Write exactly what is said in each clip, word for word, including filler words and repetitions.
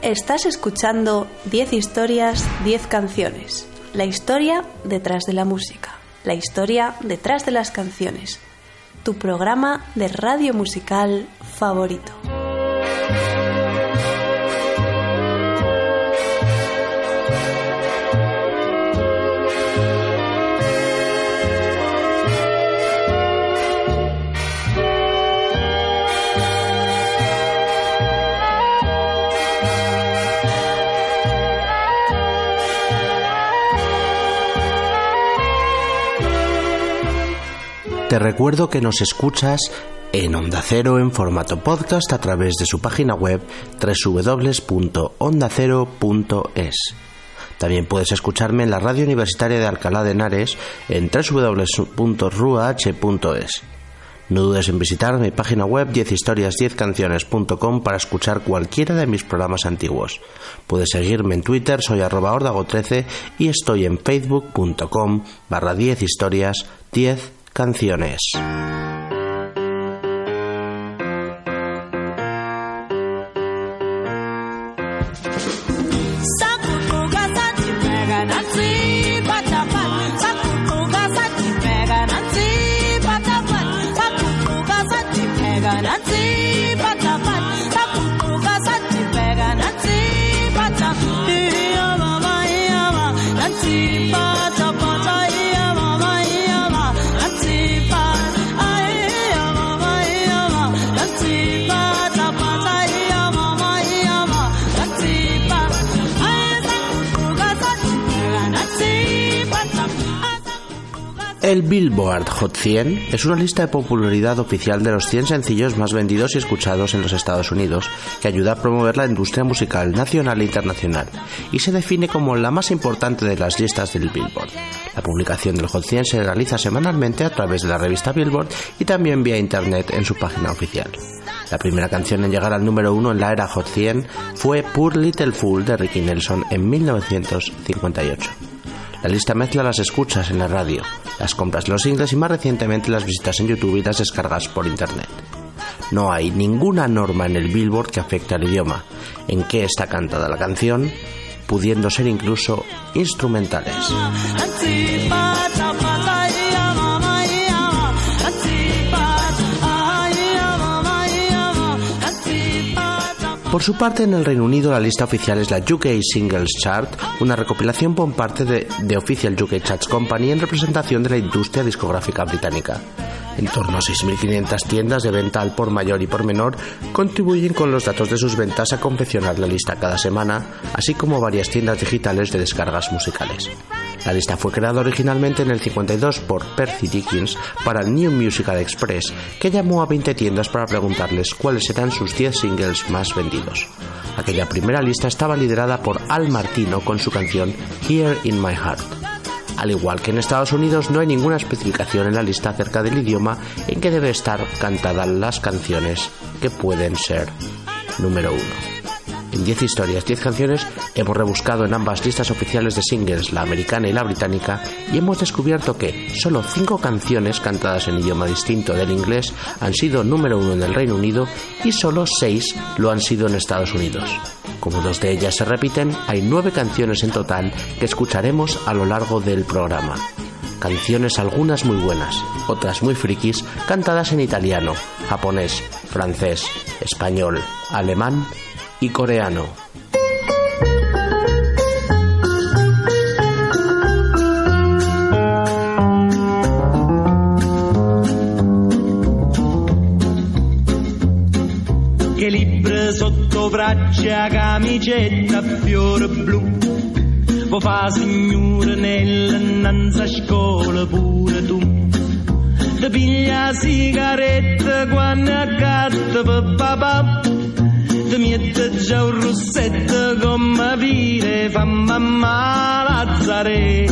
Estás escuchando diez historias, diez canciones. La historia detrás de la música. La historia detrás de las canciones. Tu programa de radio musical favorito. Te recuerdo que nos escuchas en Onda Cero en formato podcast a través de su página web doble u doble u doble u punto onda cero punto es. También puedes escucharme en la Radio Universitaria de Alcalá de Henares en doble u doble u doble u punto r u a h punto es. No dudes en visitar mi página web diez historias diez canciones punto com para escuchar cualquiera de mis programas antiguos. Puedes seguirme en Twitter, soy arroba ordago trece y estoy en facebook punto com barra diez historias diez canciones. El Billboard Hot cien es una lista de popularidad oficial de los cien sencillos más vendidos y escuchados en los Estados Unidos, que ayuda a promover la industria musical nacional e internacional, y se define como la más importante de las listas del Billboard. La publicación del Hot cien se realiza semanalmente a través de la revista Billboard y también vía internet en su página oficial. La primera canción en llegar al número uno en la era Hot cien fue Poor Little Fool de Ricky Nelson en mil novecientos cincuenta y ocho. La lista mezcla las escuchas en la radio, las compras de los singles y más recientemente las visitas en YouTube y las descargas por internet. No hay ninguna norma en el Billboard que afecte al idioma, en qué está cantada la canción, pudiendo ser incluso instrumentales. Por su parte, en el Reino Unido la lista oficial es la U K Singles Chart, una recopilación por parte de The Official U K Charts Company en representación de la industria discográfica británica. En torno a seis mil quinientas tiendas de venta al por mayor y por menor contribuyen con los datos de sus ventas a confeccionar la lista cada semana, así como varias tiendas digitales de descargas musicales. La lista fue creada originalmente en el cincuenta y dos por Percy Dickens para el New Musical Express, que llamó a veinte tiendas para preguntarles cuáles eran sus diez singles más vendidos. Aquella primera lista estaba liderada por Al Martino con su canción Here in My Heart. Al igual que en Estados Unidos, no hay ninguna especificación en la lista acerca del idioma en que debe estar cantadas las canciones que pueden ser número uno. En diez historias, diez canciones hemos rebuscado en ambas listas oficiales de singles, la americana y la británica, y hemos descubierto que solo cinco canciones cantadas en idioma distinto del inglés han sido número uno en el Reino Unido y solo seis lo han sido en Estados Unidos. Como dos de ellas se repiten, hay nueve canciones en total que escucharemos a lo largo del programa. Canciones algunas muy buenas, otras muy frikis, cantadas en italiano, japonés, francés, español, alemán y coreano. Che libri sotto braccia, camicetta, fiore blu. Vo fa signore nell'annanza scuola pure tu. Te piglia sigaretta quando accatta per papà. Te mette già un rossetto come vire fa mamma Lazzare.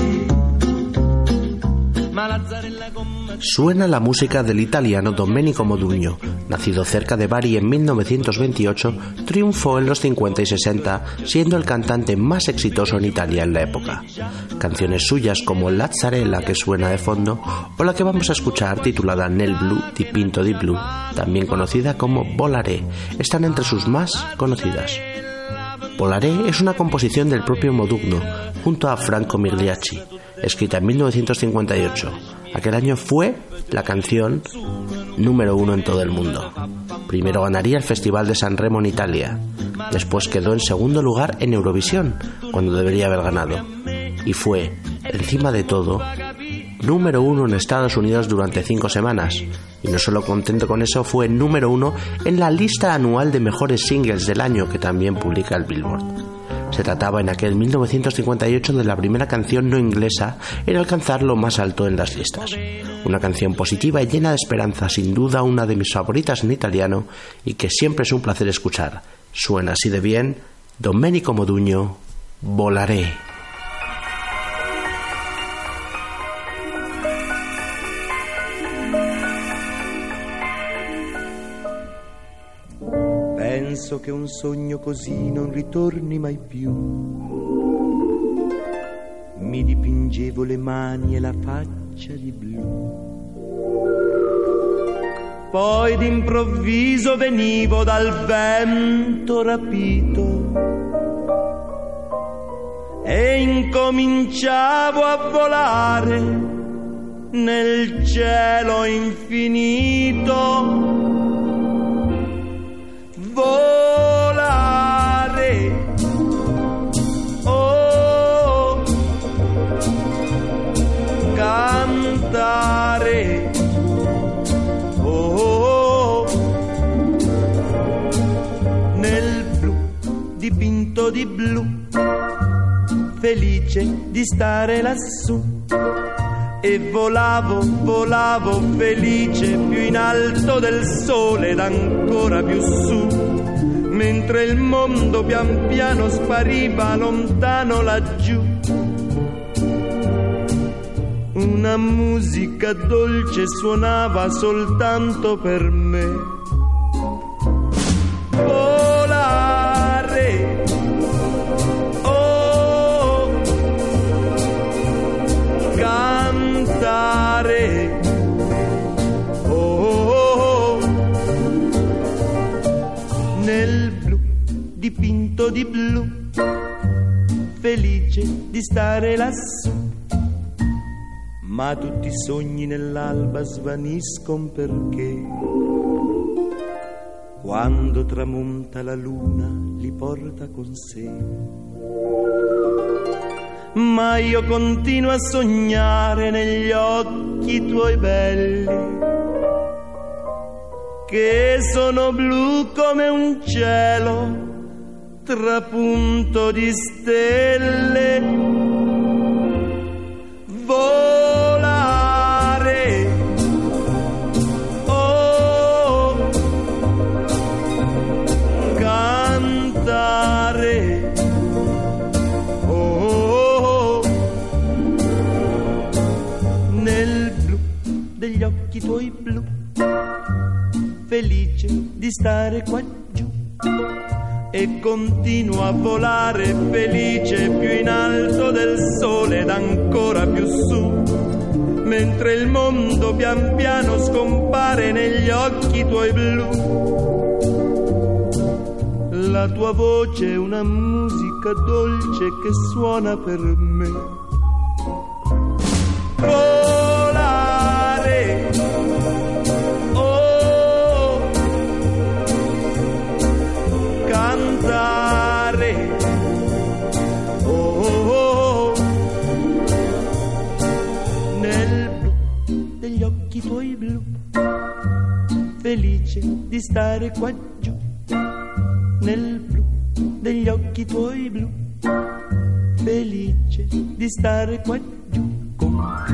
Ma Lazzarella come... Suena la música del italiano Domenico Modugno. Nacido cerca de Bari en mil novecientos veintiocho, triunfó en los cincuenta y sesenta, siendo el cantante más exitoso en Italia en la época. Canciones suyas como Lazzarella, que suena de fondo, o la que vamos a escuchar titulada Nel Blu di Pinto di Blu, también conocida como Volare, están entre sus más conocidas. Volaré es una composición del propio Modugno, junto a Franco Migliacci, escrita en mil novecientos cincuenta y ocho. Aquel año fue la canción número uno en todo el mundo. Primero ganaría el Festival de San Remo en Italia, después quedó en segundo lugar en Eurovisión, cuando debería haber ganado, y fue, encima de todo, número uno en Estados Unidos durante cinco semanas, y no solo contento con eso, fue número uno en la lista anual de mejores singles del año que también publica el Billboard. Se trataba en aquel mil novecientos cincuenta y ocho de la primera canción no inglesa en alcanzar lo más alto en las listas. Una canción positiva y llena de esperanza, sin duda una de mis favoritas en italiano y que siempre es un placer escuchar. Suena así de bien, Domenico Modugno, Volaré. Penso che un sogno così non ritorni mai più. Mi dipingevo le mani e la faccia di blu. Poi d'improvviso venivo dal vento rapito e incominciavo a volare nel cielo infinito. Volare, oh, cantare, oh, nel blu dipinto di blu, felice di stare lassù. E volavo, volavo felice più in alto del sole ed ancora più su, mentre il mondo pian piano spariva lontano laggiù. Una musica dolce suonava soltanto per me. Volare, cantare, oh, nel blu dipinto di blu, felice di stare lassù. Ma tutti i sogni nell'alba svaniscono perché quando tramonta la luna li porta con sé. Ma io continuo a sognare negli occhi tuoi belli, che sono blu come un cielo trapunto di stelle. Volare, oh, cantare, degli occhi tuoi blu, felice di stare qua giù, e continuo a volare felice più in alto del sole ed ancora più su, mentre il mondo pian piano scompare negli occhi tuoi blu. La tua voce è una musica dolce che suona per me. Oh, cantare, oh, nel blu degli occhi tuoi blu, felice di stare qua giù, nel blu degli occhi tuoi blu, felice di stare qua giù con te.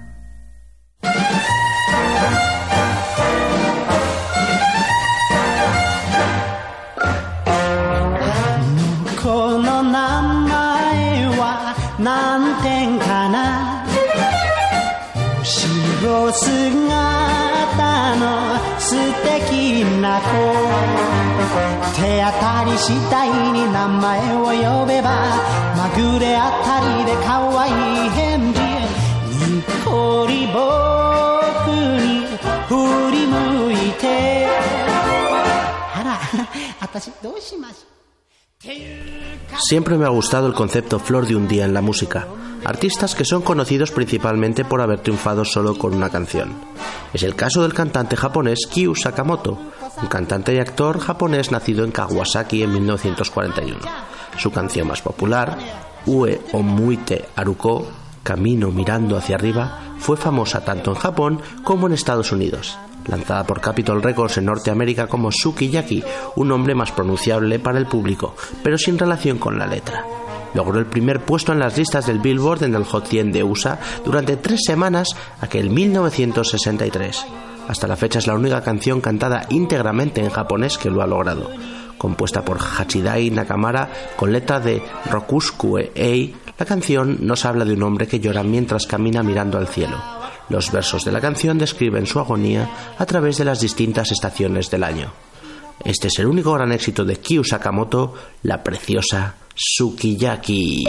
この名前はなんてんかな、後ろ姿の素敵な子、手当たり次第に名前を呼べばまぐれあたりで可愛い返事、にっこり僕に振り向いて、あら私どうしましょう。 Siempre me ha gustado el concepto flor de un día en la música, artistas que son conocidos principalmente por haber triunfado solo con una canción. Es el caso del cantante japonés Kyu Sakamoto, un cantante y actor japonés nacido en Kawasaki en mil novecientos cuarenta y uno. Su canción más popular, Ue Omuite Aruko, Camino mirando hacia arriba, fue famosa tanto en Japón como en Estados Unidos. Lanzada por Capitol Records en Norteamérica como Sukiyaki, un nombre más pronunciable para el público, pero sin relación con la letra. Logró el primer puesto en las listas del Billboard en el Hot cien de U S A durante tres semanas aquel mil novecientos sesenta y tres. Hasta la fecha es la única canción cantada íntegramente en japonés que lo ha logrado. Compuesta por Hachidai Nakamura con letra de Rokushukue Ei, la canción nos habla de un hombre que llora mientras camina mirando al cielo. Los versos de la canción describen su agonía a través de las distintas estaciones del año. Este es el único gran éxito de Kyu Sakamoto, la preciosa Sukiyaki.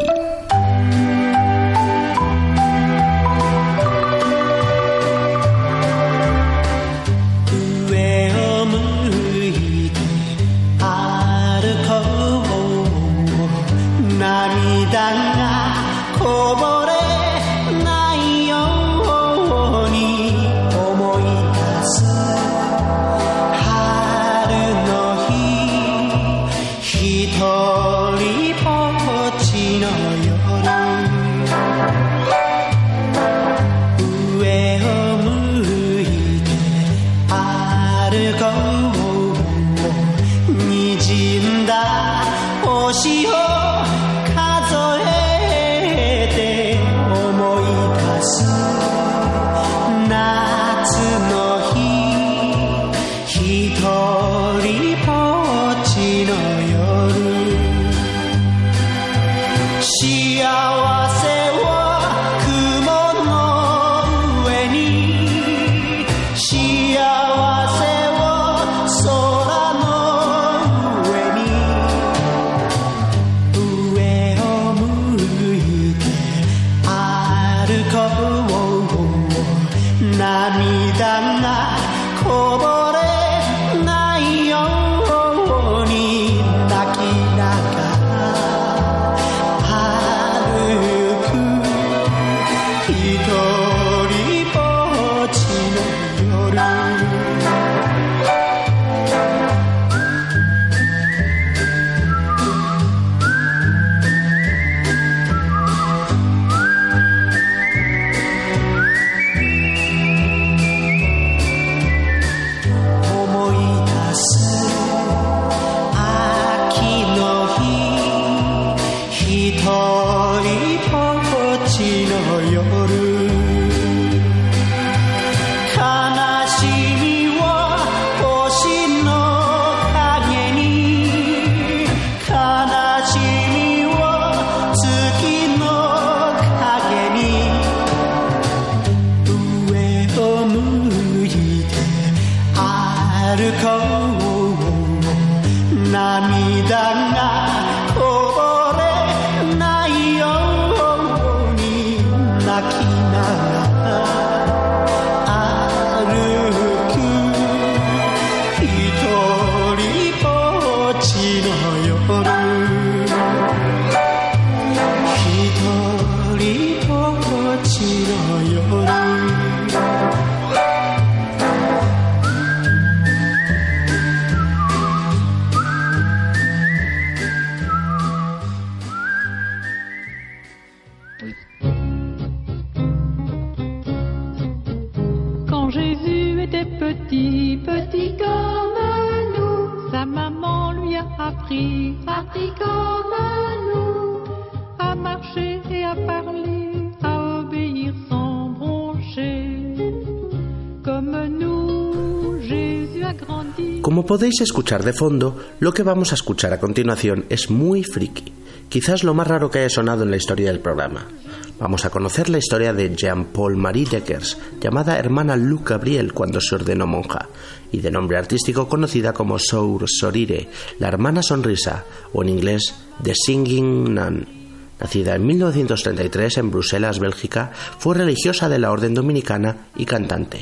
Como podéis escuchar de fondo, lo que vamos a escuchar a continuación es muy friki, quizás lo más raro que haya sonado en la historia del programa. Vamos a conocer la historia de Jean-Paul Marie Deckers, llamada hermana Luc Gabriel cuando se ordenó monja, y de nombre artístico conocida como Sour Sorire, la hermana sonrisa, o en inglés The Singing Nun. Nacida en mil novecientos treinta y tres en Bruselas, Bélgica, fue religiosa de la orden dominicana y cantante.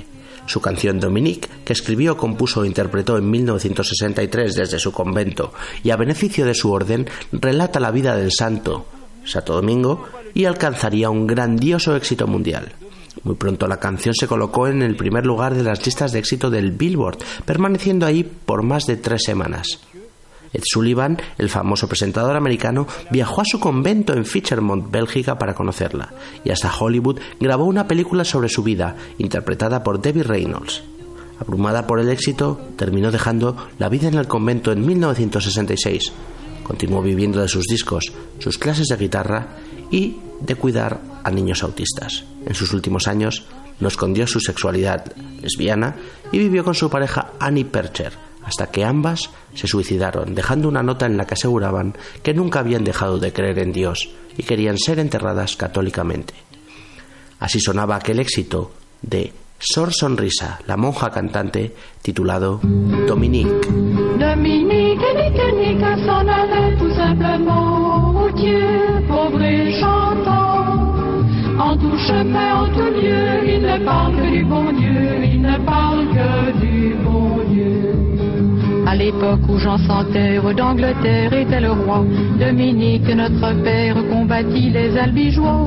Su canción Dominique, que escribió, compuso o interpretó en mil novecientos sesenta y tres desde su convento y a beneficio de su orden, relata la vida del santo Santo Domingo y alcanzaría un grandioso éxito mundial. Muy pronto la canción se colocó en el primer lugar de las listas de éxito del Billboard, permaneciendo ahí por más de tres semanas. Ed Sullivan, el famoso presentador americano, viajó a su convento en Fichermont, Bélgica, para conocerla, y hasta Hollywood grabó una película sobre su vida, interpretada por Debbie Reynolds. Abrumada por el éxito, terminó dejando la vida en el convento en mil novecientos sesenta y seis. Continuó viviendo de sus discos, sus clases de guitarra y de cuidar a niños autistas. En sus últimos años no escondió su sexualidad lesbiana y vivió con su pareja Annie Percher, hasta que ambas se suicidaron, dejando una nota en la que aseguraban que nunca habían dejado de creer en Dios y querían ser enterradas católicamente. Así sonaba aquel éxito de Sor Sonrisa, la monja cantante, titulado Dominique. Dominique, nique, nique, s'en allait tout simplement au Dieu, pauvre et chantant. En tout chemin, en tout lieu, il ne parle que du bon Dieu, il ne parle que du bon Dieu. À l'époque où Jean sans terre d'Angleterre était le roi, Dominique, notre père, combattit les albigeois.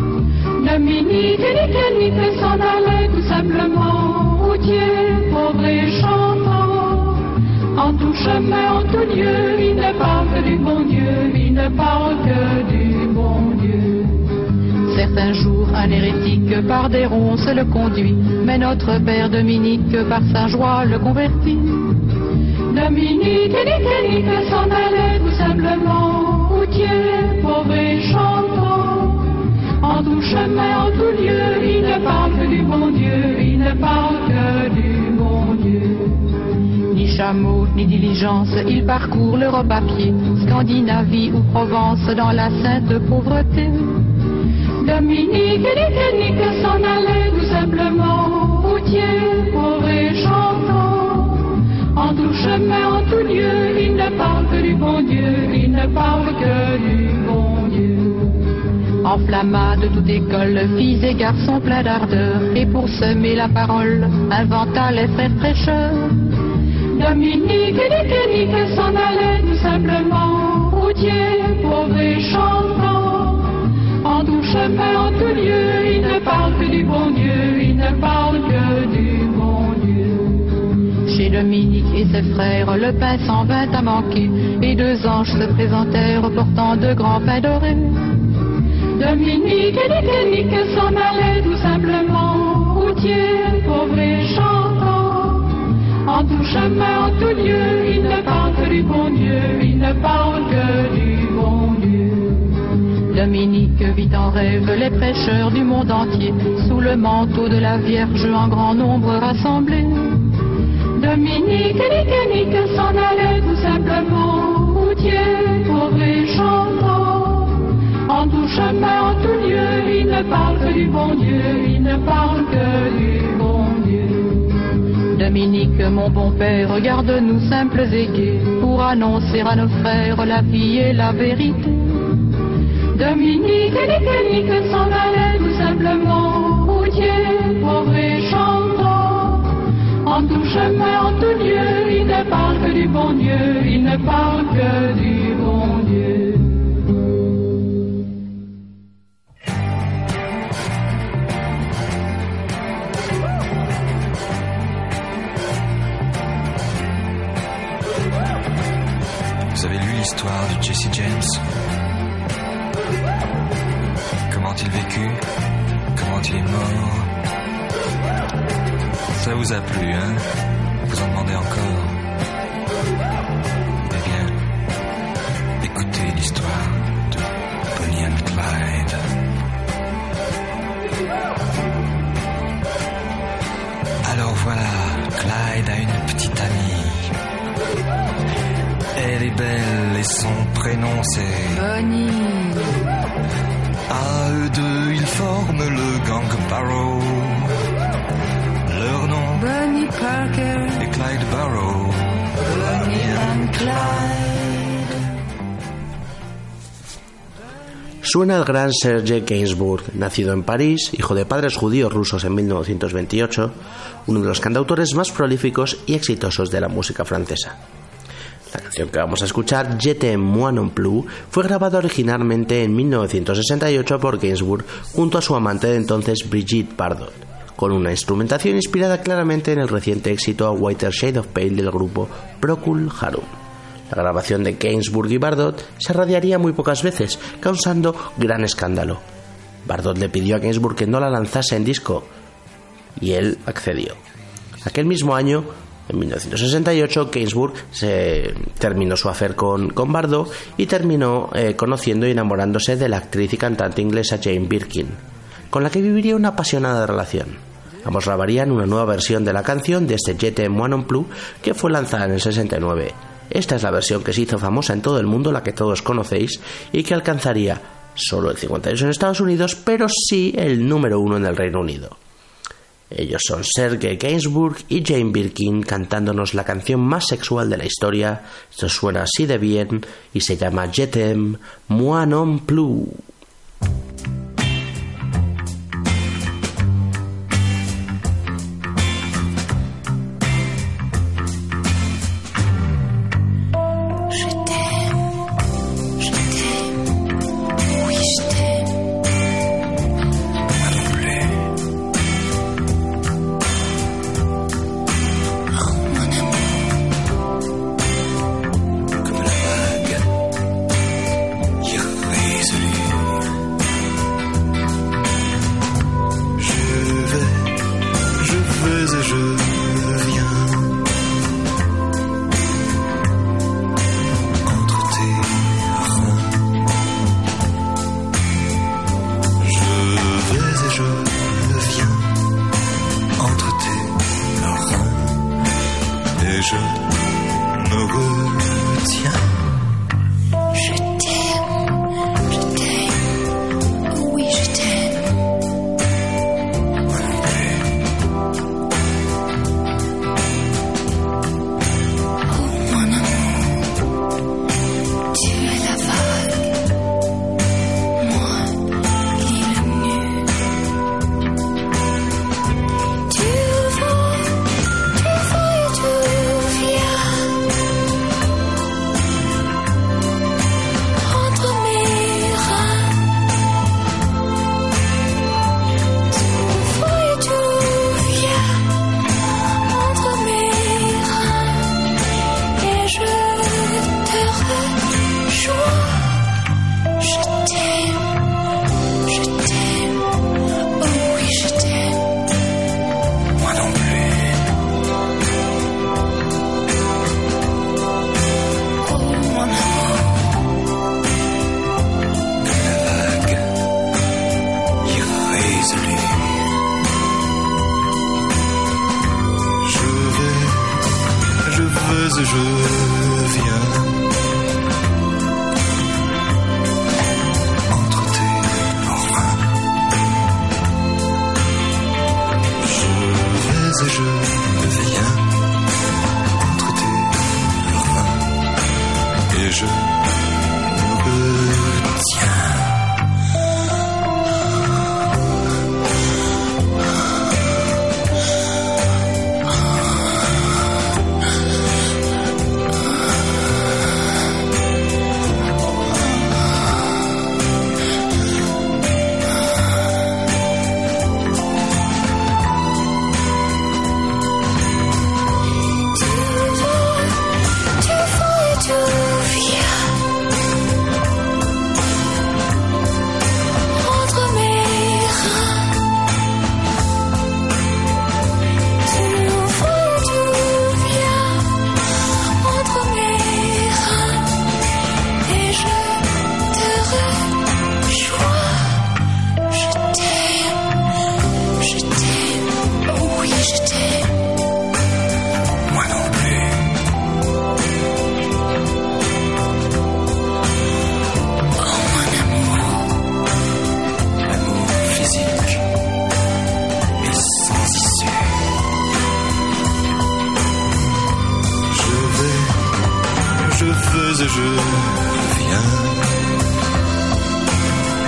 Dominique, nique, nique, s'en allait tout simplement au Dieu, pauvre et chantant. En tout chemin, en tout lieu, il ne parle que du bon Dieu, il ne parle que du bon Dieu. Certains jours, un hérétique par des ronces le conduit, mais notre père Dominique, par sa joie, le convertit. Dominique, nique, nique, s'en allait tout simplement au Dieu, pauvre et chantant. En tout chemin, en tout lieu, il ne parle que du bon Dieu, il ne parle que du bon Dieu. Ni chameau, ni diligence, il parcourt l'Europe à pied, Scandinavie ou Provence, dans la sainte pauvreté. Dominique, nique, nique, s'en allait tout simplement au Dieu, pauvre et chantant. En tout chemin, en tout lieu, il ne parle que du bon Dieu, il ne parle que du bon Dieu. Enflamma de toute école, filles et garçons pleins d'ardeur, et pour semer la parole, inventa les frères prêcheurs. Dominique, nique, nique, s'en allait tout simplement au Dieu, pauvre et chantant. En tout chemin, en tout lieu, il ne parle que du bon Dieu, il ne parle que du bon Dieu. Chez Dominique et ses frères, le pain s'en vint à manquer, et deux anges se présentèrent portant de grands pains dorés. Dominique, nique, nique, s'en allait tout simplement au Dieu, pauvre et chantant. En tout chemin, en tout lieu, il ne parle que du bon Dieu, il ne parle que du bon Dieu. Dominique vit en rêve les prêcheurs du monde entier, sous le manteau de la Vierge en grand nombre rassemblés. Dominique, nique, nique, s'en allait tout simplement au Dieu, pauvre et chantant. En tout chemin, en tout lieu, il ne parle que du bon Dieu, il ne parle que du bon Dieu. Dominique, mon bon père, regarde-nous simples et gais, pour annoncer à nos frères la vie et la vérité. Dominique, nique, nique, s'en allait tout simplement au Dieu, pauvre et chantant. En tout chemin, en tout lieu, il ne parle que du bon Dieu, il ne parle que du bon Dieu. Vous avez lu l'histoire de Jesse James? Comment il vécut? Comment il est mort? Ça vous a plu, hein? Vous en demandez encore? Eh bien, écoutez l'histoire de Bonnie and Clyde. Alors voilà, Clyde a une petite amie. Elle est belle et son prénom c'est Bonnie. À eux deux, ils forment le gang Barrow. Leur nom Bonnie Parker et Clyde Barrow. Bonnie and Clyde. suena el gran Serge Gainsbourg, nacido en París, hijo de padres judíos rusos en mil novecientos veintiocho, uno de los cantautores más prolíficos y exitosos de la música francesa. La canción que vamos a escuchar, Je t'aime moi non plus, fue grabada originalmente en mil novecientos sesenta y ocho por Gainsbourg junto a su amante de entonces Brigitte Bardot, con una instrumentación inspirada claramente en el reciente éxito A Whiter Shade of Pale del grupo Procol Harum. La grabación de Gainsbourg y Bardot se radiaría muy pocas veces, causando gran escándalo. Bardot le pidió a Gainsbourg que no la lanzase en disco, y él accedió. Aquel mismo año, en mil novecientos sesenta y ocho, Gainsbourg se terminó su affair con, con Bardot y terminó eh, conociendo y enamorándose de la actriz y cantante inglesa Jane Birkin, con la que viviría una apasionada relación. Ambos grabarían una nueva versión de la canción de este Je t'aime moi non plus, que fue lanzada en el sesenta y nueve. Esta es la versión que se hizo famosa en todo el mundo, la que todos conocéis, y que alcanzaría solo el cincuenta y dos en Estados Unidos, pero sí el número uno en el Reino Unido. Ellos son Serge Gainsbourg y Jane Birkin cantándonos la canción más sexual de la historia. Esto suena así de bien y se llama Je t'aime moi non plus. je veux et je viens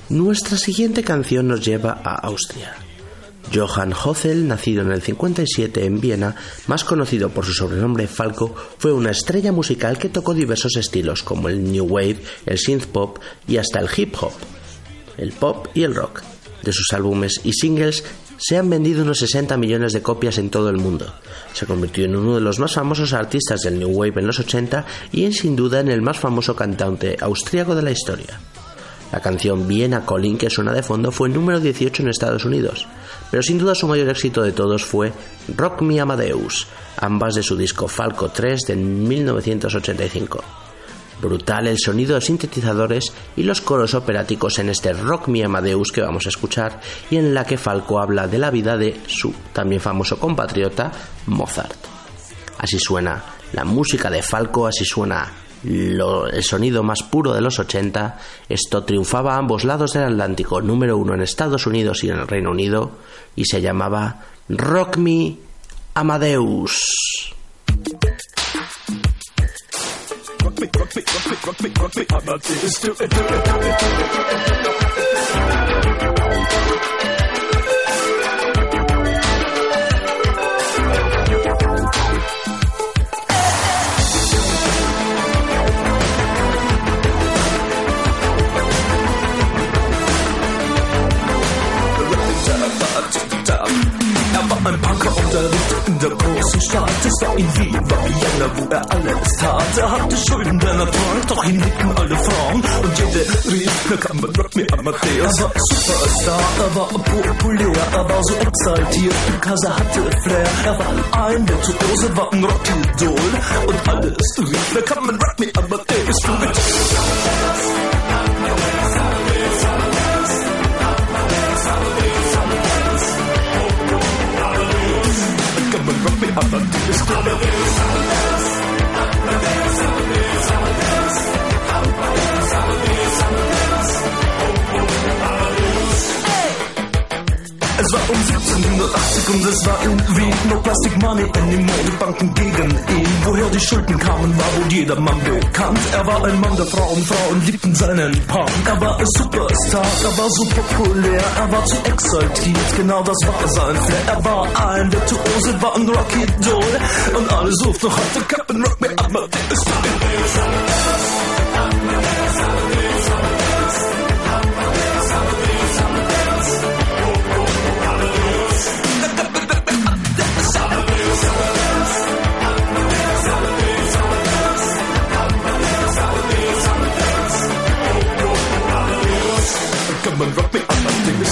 Nuestra siguiente canción nos lleva a Austria. Johann Hözel, nacido en el cincuenta y siete en Viena, más conocido por su sobrenombre Falco, fue una estrella musical que tocó diversos estilos como el New Wave, el Synth Pop y hasta el Hip Hop, el Pop y el Rock. De sus álbumes y singles se han vendido unos sesenta millones de copias en todo el mundo. Se convirtió en uno de los más famosos artistas del New Wave en los ochenta y en sin duda en el más famoso cantante austríaco de la historia. La canción Vienna Calling, que suena de fondo, fue el número dieciocho en Estados Unidos, pero sin duda su mayor éxito de todos fue Rock Me Amadeus, ambas de su disco Falco tres de mil novecientos ochenta y cinco. Brutal el sonido de sintetizadores y los coros operáticos en este Rock Me Amadeus que vamos a escuchar, y en la que Falco habla de la vida de su también famoso compatriota Mozart. Así suena la música de Falco, así suena Lo, el sonido más puro de los ochenta. Esto triunfaba a ambos lados del Atlántico, número uno en Estados Unidos y en el Reino Unido, y se llamaba Rock Me Amadeus. Rock me, rock me, rock me, rock me, rock me, Amadeus, do it, do it, do it. Ein Punker unterrichtet in der großen Stadt. Es war in Wien, war Vienna, wo er alles tat. Er hatte Schulden, denn er trank, doch ihn liebten alle Frauen. Und jede rief, na kann man Rock Me Amadeus. Er war Superstar, er war populär, er war so exaltiert, because er hatte Flair. Er war ein Virtuose, war ein Rockidol. Und alles rief, na kann man Rock Me Amadeus. Du mit Rock me Amadeus, Amadeus, Amadeus, Amadeus, Amadeus, Amadeus, Amadeus, Amadeus, Amadeus. Es war um siebzehnhundertachtzig und es war in Wien. No Plastic Money anymore, die Banken gegen ihn. Woher die Schulden kamen, war wohl jedermann bekannt. Er war ein Mann der Frauen, Frauen liebten seinen Punk. Er war ein Superstar, er war so populär, er war zu exaltiert, genau das war sein Flair. Er war ein Virtuose, war ein Rockidol. Und alle suchten noch heute Captain Rock Me Amadeus. Amadeus, Amadeus, Amadeus, Amadeus, Amadeus, Amadeus, Amadeus, Amadeus. Come on, rock me, Amadeus.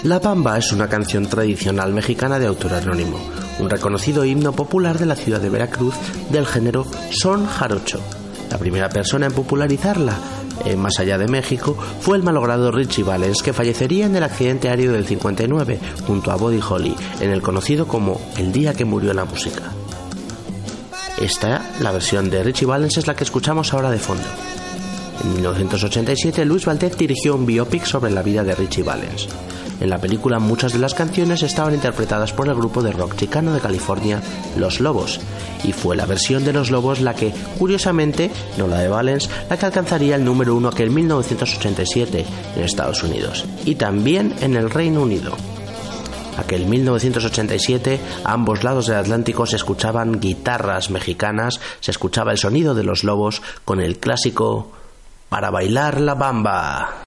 La Bamba es una canción tradicional mexicana de autor anónimo, un reconocido himno popular de la ciudad de Veracruz del género son jarocho. La primera persona en popularizarla, eh, más allá de México, fue el malogrado Ritchie Valens, que fallecería en el accidente aéreo del cincuenta y nueve junto a Buddy Holly, en el conocido como El día que murió la música. Esta, la versión de Ritchie Valens, es la que escuchamos ahora de fondo. En mil novecientos ochenta y siete, Luis Valdez dirigió un biopic sobre la vida de Ritchie Valens. En la película muchas de las canciones estaban interpretadas por el grupo de rock chicano de California, Los Lobos, y fue la versión de Los Lobos la que, curiosamente, no la de Valens, la que alcanzaría el número uno aquel mil novecientos ochenta y siete en Estados Unidos, y también en el Reino Unido. Aquel mil novecientos ochenta y siete, a ambos lados del Atlántico se escuchaban guitarras mexicanas, se escuchaba el sonido de Los Lobos con el clásico Para bailar la bamba.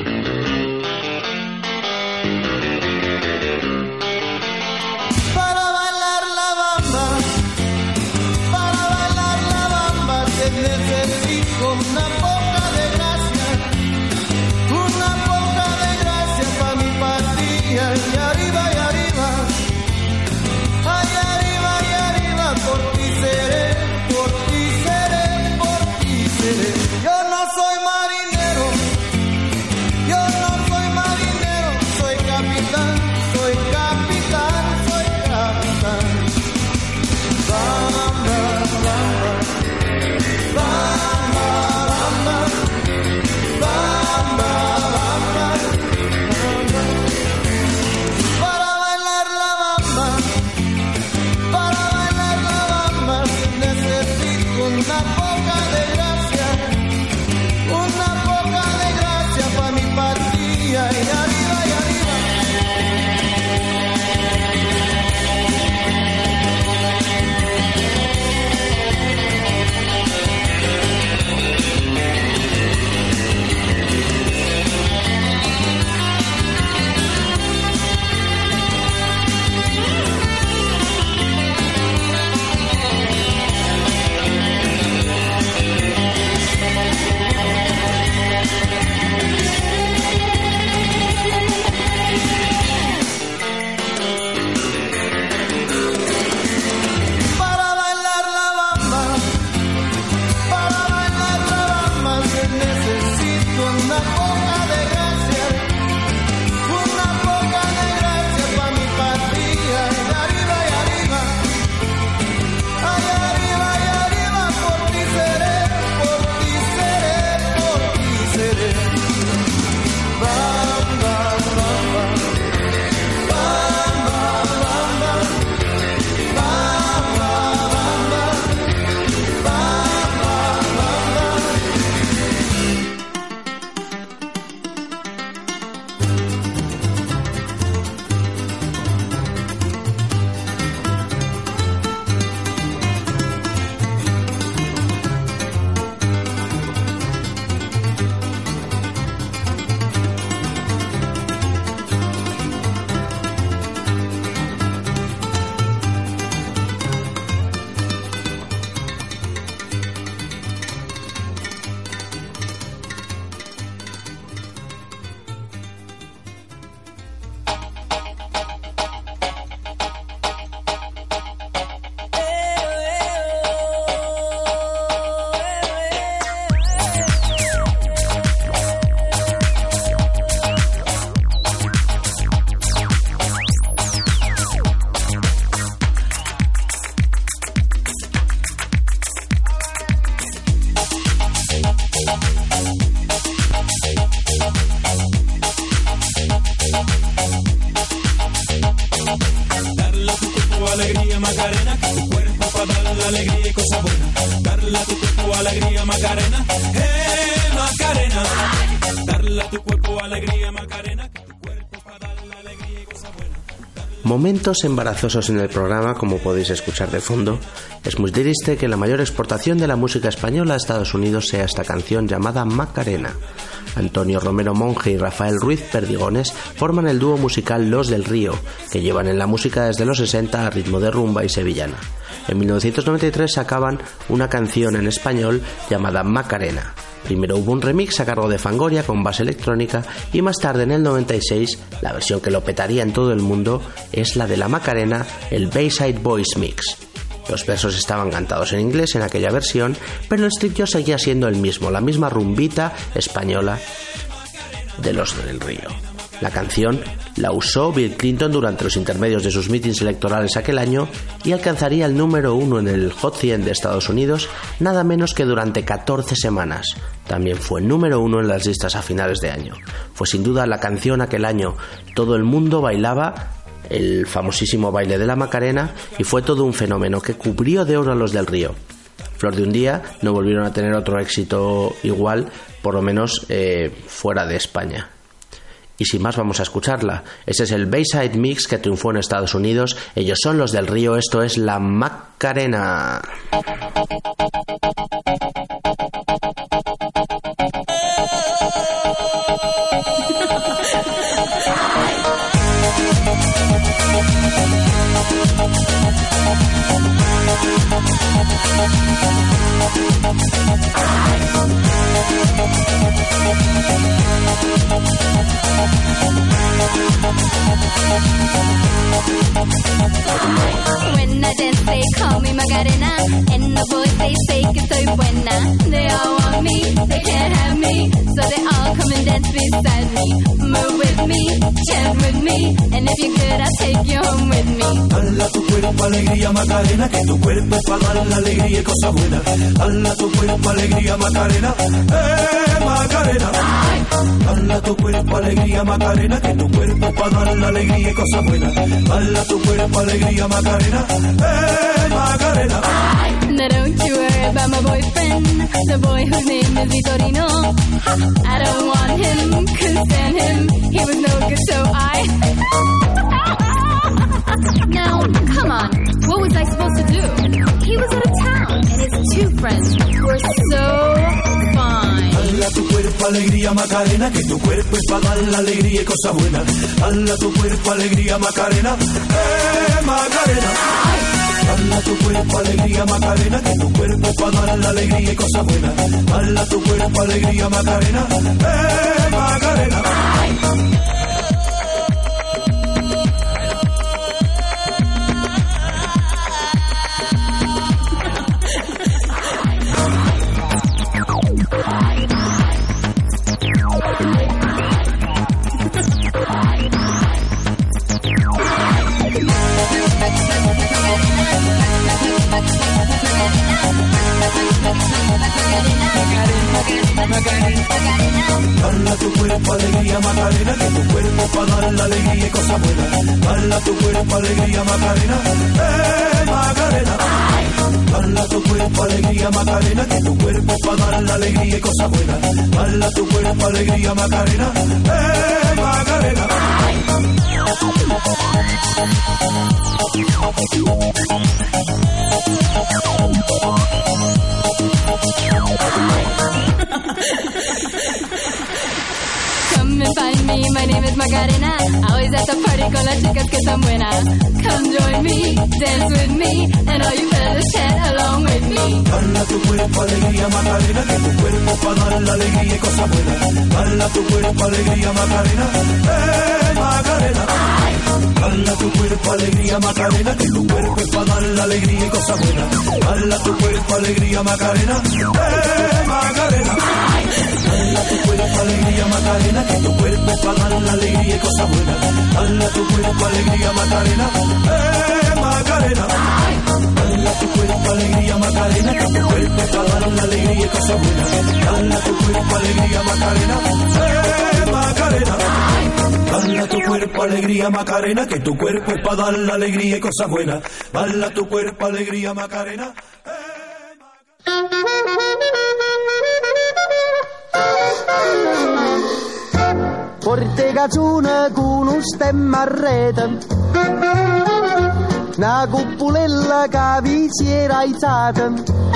Macarena, que tu cuerpo para dar la alegría y cosas buenas. Darle a tu cuerpo alegría, Macarena, eh, Macarena. Darle a tu cuerpo alegría, Macarena, que tu cuerpo para dar la alegría y cosas buenas. Momentos embarazosos en el programa, como podéis escuchar de fondo. Es muy triste que la mayor exportación de la música española a Estados Unidos sea esta canción llamada Macarena. Antonio Romero Monge y Rafael Ruiz Perdigones forman el dúo musical Los del Río, que llevan en la música desde los sesenta a ritmo de rumba y sevillana. En mil novecientos noventa y tres sacaban una canción en español llamada Macarena. Primero hubo un remix a cargo de Fangoria con base electrónica y más tarde, en el noventa y seis, la versión que lo petaría en todo el mundo es la de la Macarena, el Bayside Boys Mix. Los versos estaban cantados en inglés en aquella versión, pero el estribillo seguía siendo el mismo, la misma rumbita española de los del Río. La canción la usó Bill Clinton durante los intermedios de sus mítines electorales aquel año y alcanzaría el número uno en el Hot cien de Estados Unidos nada menos que durante catorce semanas. También fue número uno en las listas a finales de año. Fue sin duda la canción aquel año. Todo el mundo bailaba el famosísimo baile de la Macarena y fue todo un fenómeno que cubrió de oro a los del Río. Flor de un día no volvieron a tener otro éxito igual, por lo menos eh, fuera de España. Y sin más vamos a escucharla. Ese es el Bayside Mix que triunfó en Estados Unidos. Ellos son los del Río, esto es la Macarena. When I dance, they call me Macarena, and the boys they say que soy buena. They all want me, they can't have me, so they all come and dance beside me. Move with me, chant with me, and if you're good, I'll take you home with me. Dala tu cuerpo alegría Macarena, que tu cuerpo es para dar la alegría y cosas buenas. Dala tu cuerpo alegría Macarena, eh Macarena. Dala tu cuerpo alegría Macarena, que tu cuerpo es para dar la alegría y cosas buenas. Dala tu cuerpo alegría Macarena, eh Macarena. Now don't you worry about my boyfriend, the boy whose name is Vitorino. I don't want him, couldn't stand him, he was no good, so I... Now, come on, what was I supposed to do? He was out of town, and his two friends were so fine. Dala tu cuerpo alegría Macarena, que tu cuerpo es para dar la alegría y cosas buenas. Dala tu cuerpo alegría Macarena, eh Macarena. Dala tu cuerpo alegría Macarena, que tu cuerpo es para dar la alegría y cosas buenas. Dala tu cuerpo alegría Macarena, eh Macarena. Dala tu cuerpo alegría Macarena, que tu cuerpo para dar la alegría y cosas buenas. Dala tu cuerpo alegría Macarena, eh Macarena. Dala tu cuerpo alegría Macarena, que tu cuerpo para dar la alegría y cosas buenas. Dala tu cuerpo alegría Macarena, eh Macarena. Come and find me, my name is Macarena. Always at the party con las chicas que están buenas. Come join me, dance with me, and all you fellas chant along with me. Dala tu cuerpo alegría Macarena, que tu cuerpo para dar la alegría y cosas buenas. Dala tu cuerpo alegría Macarena, eh Macarena. Dala tu cuerpo alegría Macarena, que tu cuerpo es para dar la alegría y cosas buenas. Dala tu cuerpo alegría Macarena, eh Macarena. Dala tu cuerpo alegría Macarena, que tu cuerpo es para dar la alegría y cosas buenas. Dala tu cuerpo alegría Macarena, eh Macarena. Dala tu cuerpo alegría Macarena, que tu cuerpo es para dar la alegría y cosas buenas. Dala tu cuerpo alegría Macarena, eh Macarena. Dala tu cuerpo alegría Macarena, que tu cuerpo es para dar la alegría y cosas buenas. Dala tu cuerpo alegría Macarena, eh Macarena. Porte cazzone con un stemma a rete, una cuppulella che vi si era alzata,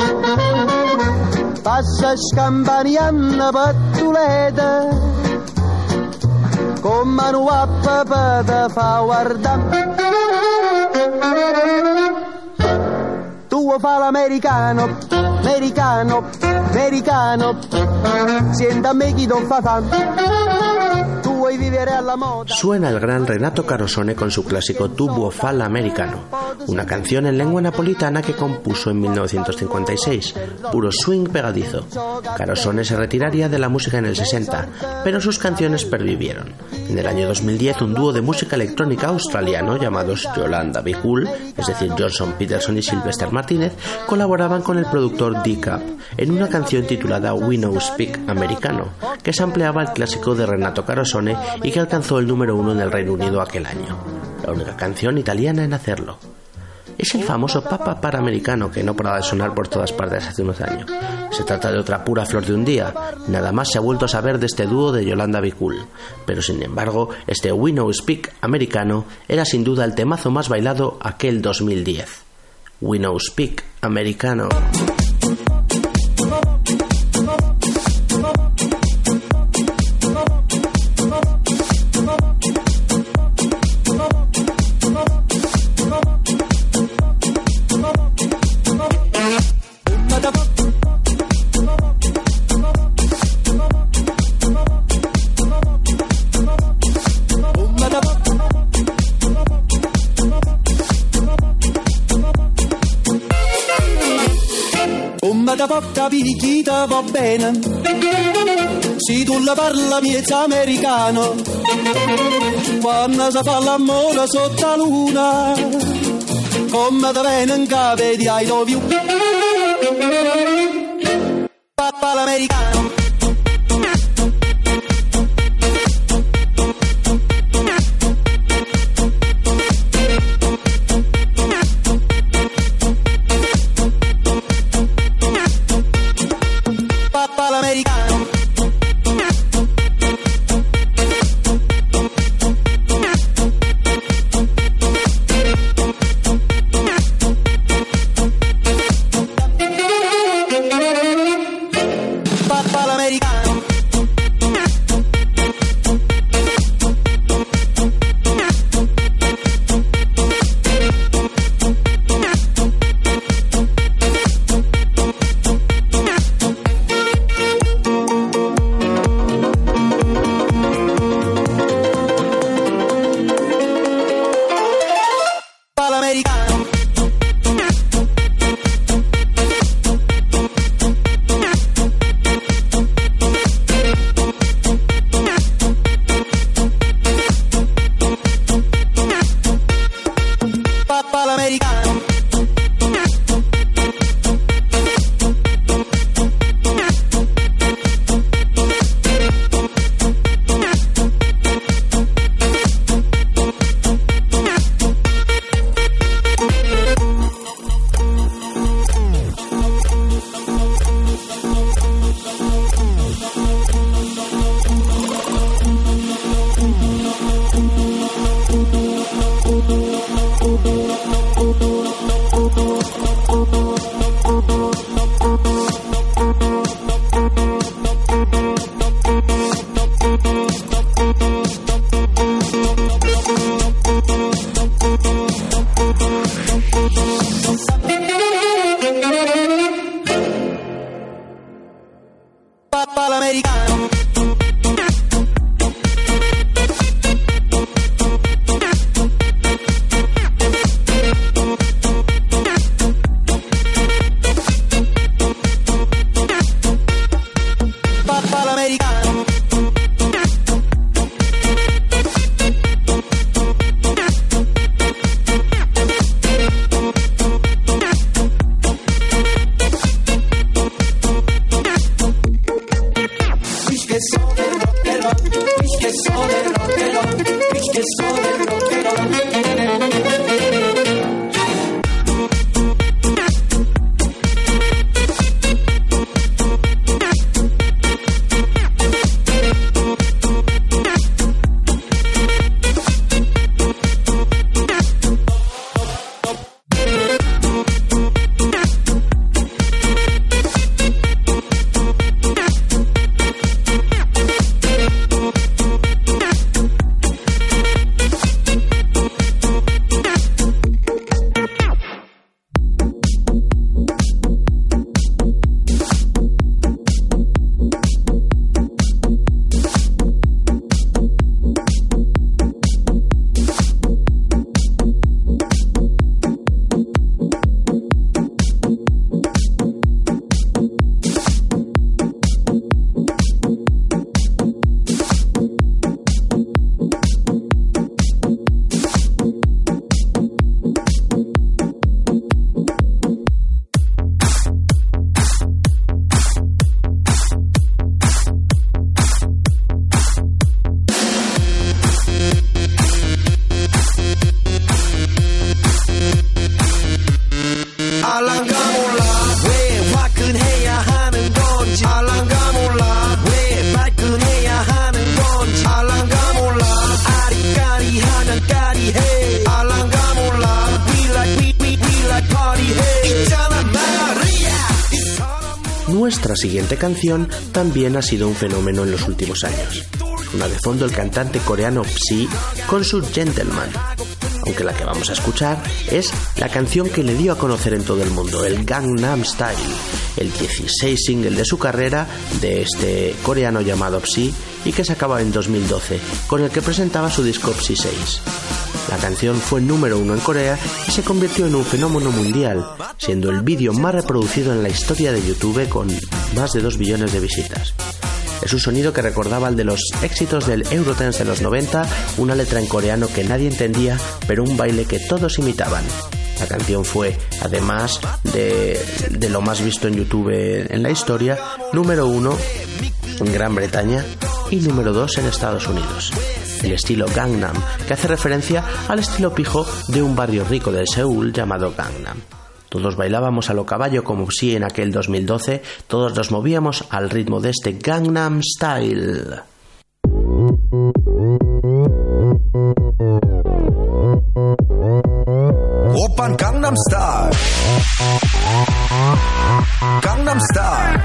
passa scampanianna pattuleta, con mano a papà te fa guardare. Tu fa l'americano, americano, americano, siéntame chi don fa fan. Suena el gran Renato Carosone con su clásico Tu vuoi fa l'americano, una canción en lengua napolitana que compuso en mil novecientos cincuenta y seis, puro swing pegadizo. Carosone se retiraría de la música en el sesenta, pero sus canciones pervivieron. En el año dos mil diez, un dúo de música electrónica australiano llamados Yolanda Be Cool, es decir, Johnson Peterson y Sylvester Martínez, colaboraban con el productor D-Cap en una canción titulada We Know Speak Americano, que sampleaba el clásico de Renato Carosone y que alcanzó el número uno en el Reino Unido aquel año, la única canción italiana en hacerlo. Es el famoso Papa Panamericano que no paraba de sonar por todas partes hace unos años. Se trata de otra pura flor de un día, nada más se ha vuelto a saber de este dúo de Yolanda Be Cool, pero sin embargo, este We Know Speak Americano era sin duda el temazo más bailado aquel dos mil diez. We Know Speak Americano. Da poca picchita va bene, se tu la parla miezza americano, quando si fa l'amore sotto la luna, come da bene in capo di I love you, papà l'americano. Nuestra siguiente canción también ha sido un fenómeno en los últimos años. Una de fondo el cantante coreano Psy con su Gentleman, aunque la que vamos a escuchar es la canción que le dio a conocer en todo el mundo, el Gangnam Style, el dieciséis single de su carrera de este coreano llamado Psy y que se acaba en dos mil doce, con el que presentaba su disco Psy seis. La canción fue número uno en Corea y se convirtió en un fenómeno mundial, siendo el vídeo más reproducido en la historia de YouTube con más de dos billones de visitas. Es un sonido que recordaba al de los éxitos del Eurodance de los noventa, una letra en coreano que nadie entendía, pero un baile que todos imitaban. La canción fue, además de, de lo más visto en YouTube en la historia, número uno en Gran Bretaña y número dos en Estados Unidos. El estilo Gangnam, que hace referencia al estilo pijo de un barrio rico de Seúl llamado Gangnam. Todos bailábamos a lo caballo como si en aquel dos mil doce, todos nos movíamos al ritmo de este Gangnam Style. Oppan Gangnam Style. Gangnam Style.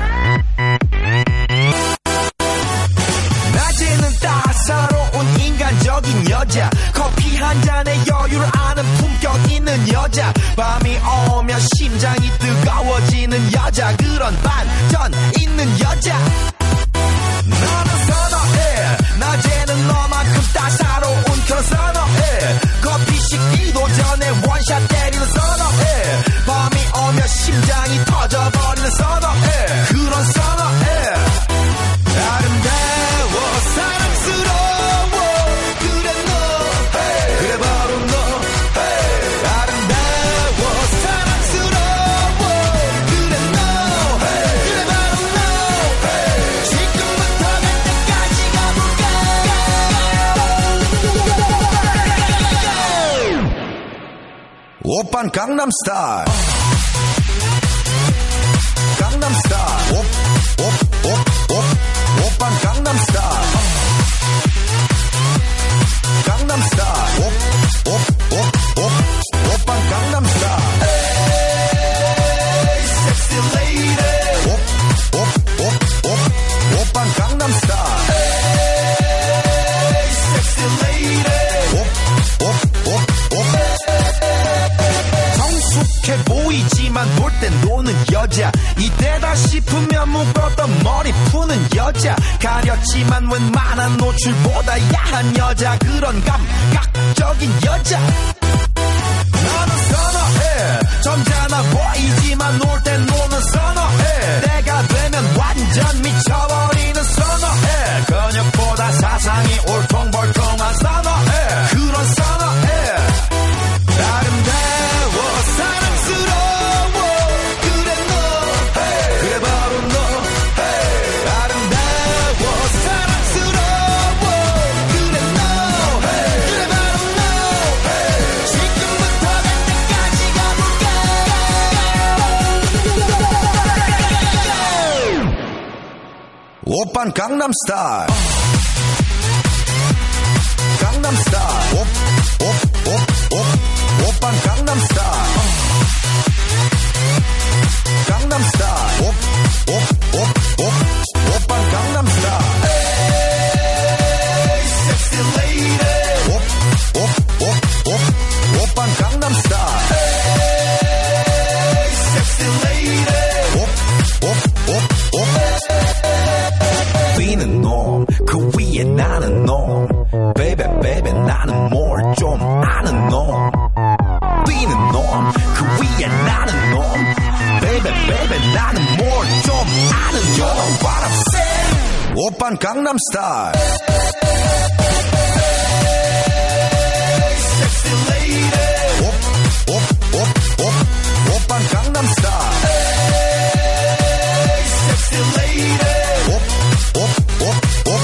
낮에는 따사로운 인간적인 여자 커피 한 잔에 여유를 아는 품격 있는 여자 밤이 오면 심장이 뜨거워지는 여자 그런 반전 있는 여자 너는 선호해 낮에는 너만큼 따사로운 그런 선호해 커피 식기도 전에 원샷 때리는 선호해 밤이 오면 심장이 터져버리는 선호해 그런 선호해 아름다워 사랑스러워 그래 너 hey. 그래 바로 너 hey. 아름다워 사랑스러워 그래 너 hey. 그래 바로 너 hey. 지금부터 갈 때까지 가볼까 오빤 강남 스타일 강남 스타일 옵옵옵옵 오빤 강남 스타일 강남 스타일 옵옵옵옵 오빤 강남 스타일 에이 섹시 레이디 옵옵옵옵 오빤 강남 스타일 에이 섹시 레이디 옵옵옵옵 성숙해 보이지만 놀 땐 노는 여자 이때다 싶으면 묶었던 머리 푸는 여자 가렸지만 웬만한 노출보다 야한 여자 그런 감각적인 여자 너는 선호해 점잖아 보이지만 놀 땐 노는 선호해 내가 되면 완전 미쳐버리는 선호해 근육보다 사상이 울퉁불퉁한 선호해 그런 선호해 아름다워 사랑스러워 그래 너 hey. 그래 바로 너 hey. 아름다워 사랑스러워 그래 너 hey. 그래 바로 너 hey. 지금부터 갈 때까지 가볼까 오빤 강남 스타일 강남 스타일 옵옵옵옵 오빤 강남 스타일 강남 스타일 옵옵옵옵 오빤 강남 스타일 에이 섹시 레이디 옵옵옵옵 오빤 강남 스타일 에이 섹시 레이디 옵옵옵옵 뛰는 놈 그 위에 나는 놈 베이베 베이베 나는 뭘 좀 아는 놈 뛰는 놈 그 위에 나는 놈 베이베 베이베 나는 뭘 좀 아는 놈 You know what I'm saying 오빤 강남 스타일 섹시 레이디 옵옵옵옵 오빤 강남 스타일 섹시 레이디 옵옵옵옵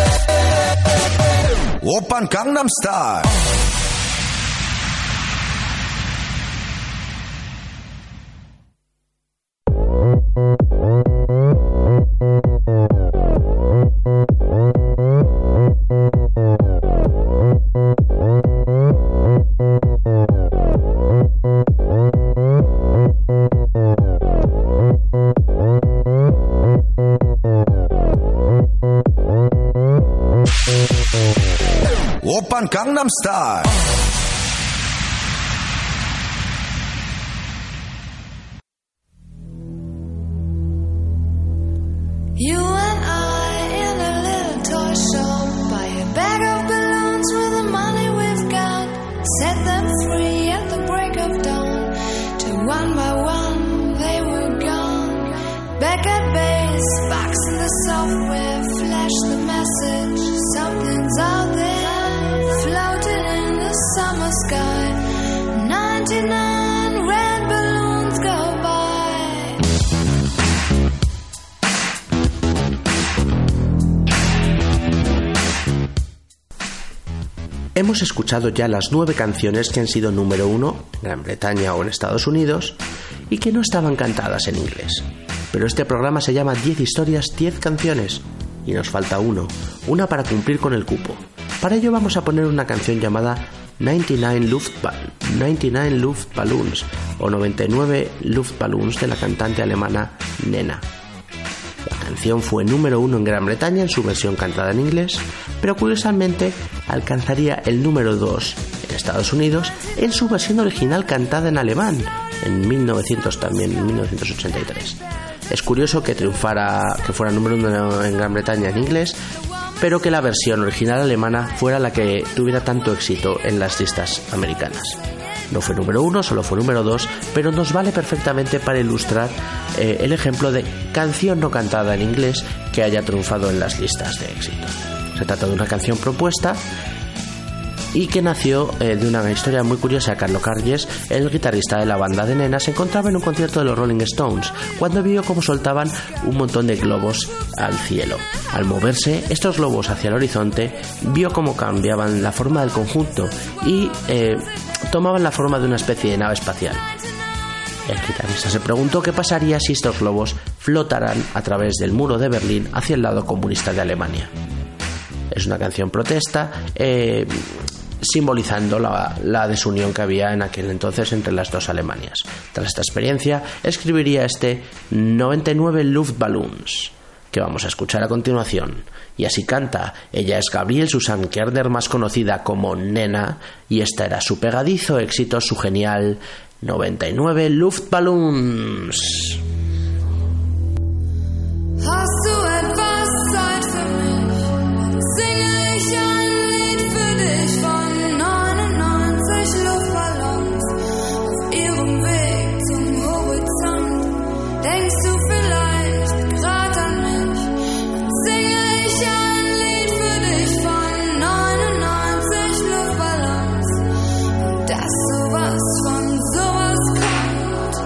오빤 강남 스타일 Open Gangnam Style. You and I in a little toy shop, buy a bag of balloons with the money we've got, set them free at the break of dawn, till one by one they were gone. Back at base, box in the software, flash the message, something's out there, floating in the summer sky, ninety-nine red balloons go by. Hemos escuchado ya las nueve canciones que han sido número uno en Gran Bretaña o en Estados Unidos y que no estaban cantadas en inglés. Pero este programa se llama diez historias, diez canciones y nos falta uno, una para cumplir con el cupo. Para ello vamos a poner una canción llamada noventa y nueve Luftball- noventa y nueve Luftballons o noventa y nueve Luftballons de la cantante alemana Nena. La canción fue número uno en Gran Bretaña en su versión cantada en inglés, pero curiosamente alcanzaría el número dos en Estados Unidos en su versión original cantada en alemán en mil novecientos también en mil novecientos ochenta y tres. Es curioso que triunfara, que fuera número uno en Gran Bretaña en inglés, pero que la versión original alemana fuera la que tuviera tanto éxito en las listas americanas. No fue número uno, solo fue número dos, pero nos vale perfectamente para ilustrar eh, el ejemplo de canción no cantada en inglés que haya triunfado en las listas de éxito. Se trata de una canción propuesta y que nació eh, de una historia muy curiosa. Carlo Carges, el guitarrista de la banda de Nena, se encontraba en un concierto de los Rolling Stones cuando vio cómo soltaban un montón de globos al cielo. Al moverse estos globos hacia el horizonte, vio cómo cambiaban la forma del conjunto y eh, tomaban la forma de una especie de nave espacial. El guitarrista se preguntó qué pasaría si estos globos flotaran a través del muro de Berlín hacia el lado comunista de Alemania. Es una canción protesta, eh, simbolizando la, la desunión que había en aquel entonces entre las dos Alemanias. Tras esta experiencia, escribiría este noventa y nueve Luftballons, que vamos a escuchar a continuación. Y así canta. Ella es Gabrielle Susanne Kerner, más conocida como Nena, y esta era su pegadizo éxito, su genial noventa y nueve Luftballons. Hast du etwas Zeit für mich? Singe ich ein Lied für dich von neunundneunzig Luftballons auf ihrem Weg zum Horizont. Denkst du vielleicht grad an mich? Dann singe ich ein Lied für dich von neunundneunzig Luftballons. Und dass sowas von sowas kommt.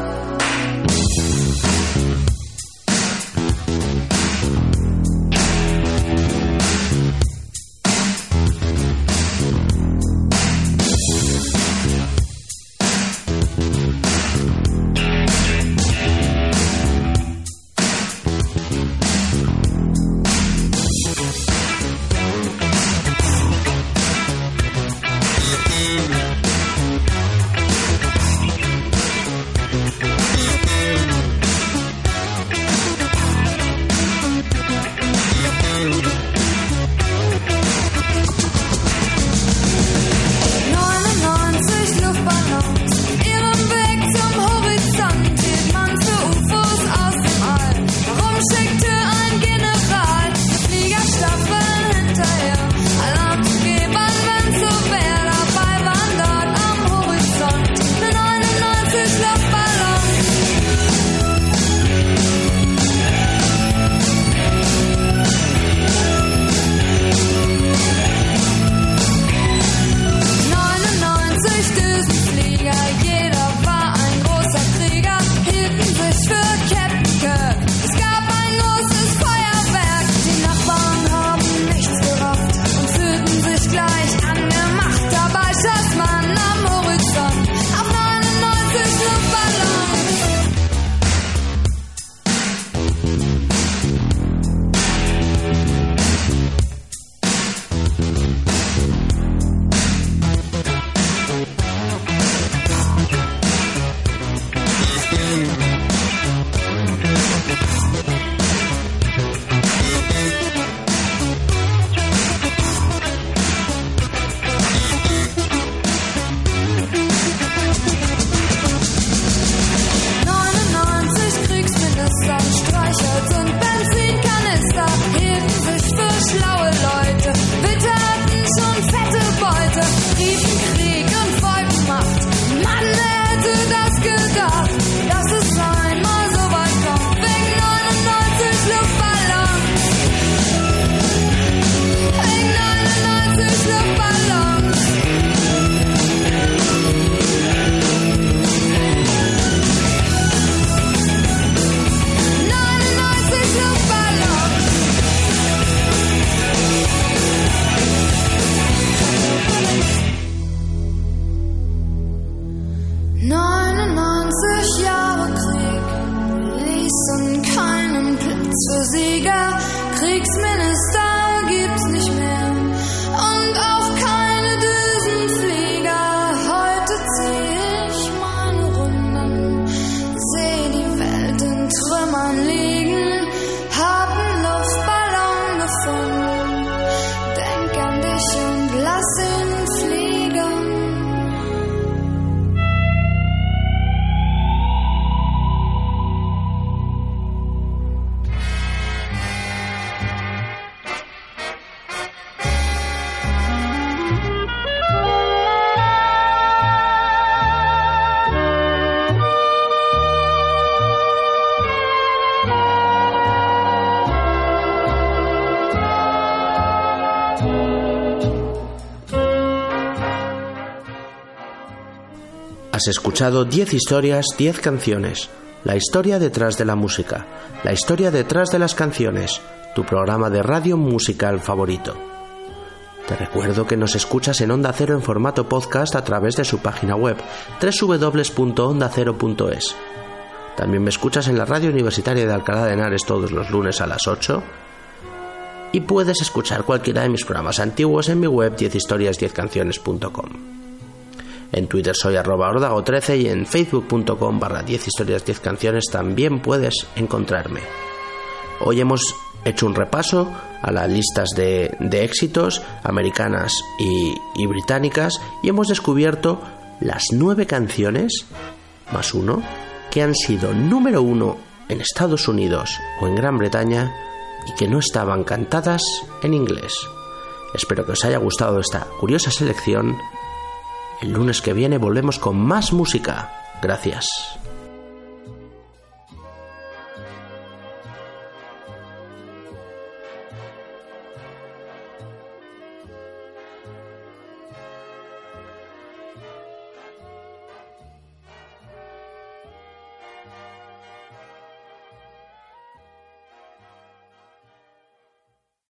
Has escuchado diez historias, diez canciones. La historia detrás de la música. La historia detrás de las canciones. Tu programa de radio musical favorito. Te recuerdo que nos escuchas en Onda Cero en formato podcast a través de su página web doble u doble u doble u punto onda cero punto es. También me escuchas en la radio universitaria de Alcalá de Henares todos los lunes a las ocho. Y puedes escuchar cualquiera de mis programas antiguos en mi web diez historias diez canciones punto com. En Twitter soy arroba ordago trece y en facebook punto com barra diez historias diez canciones también puedes encontrarme. Hoy hemos hecho un repaso a las listas de, de éxitos americanas y, y británicas y hemos descubierto las nueve canciones, más uno, que han sido número uno en Estados Unidos o en Gran Bretaña y que no estaban cantadas en inglés. Espero que os haya gustado esta curiosa selección. El lunes que viene volvemos con más música. Gracias.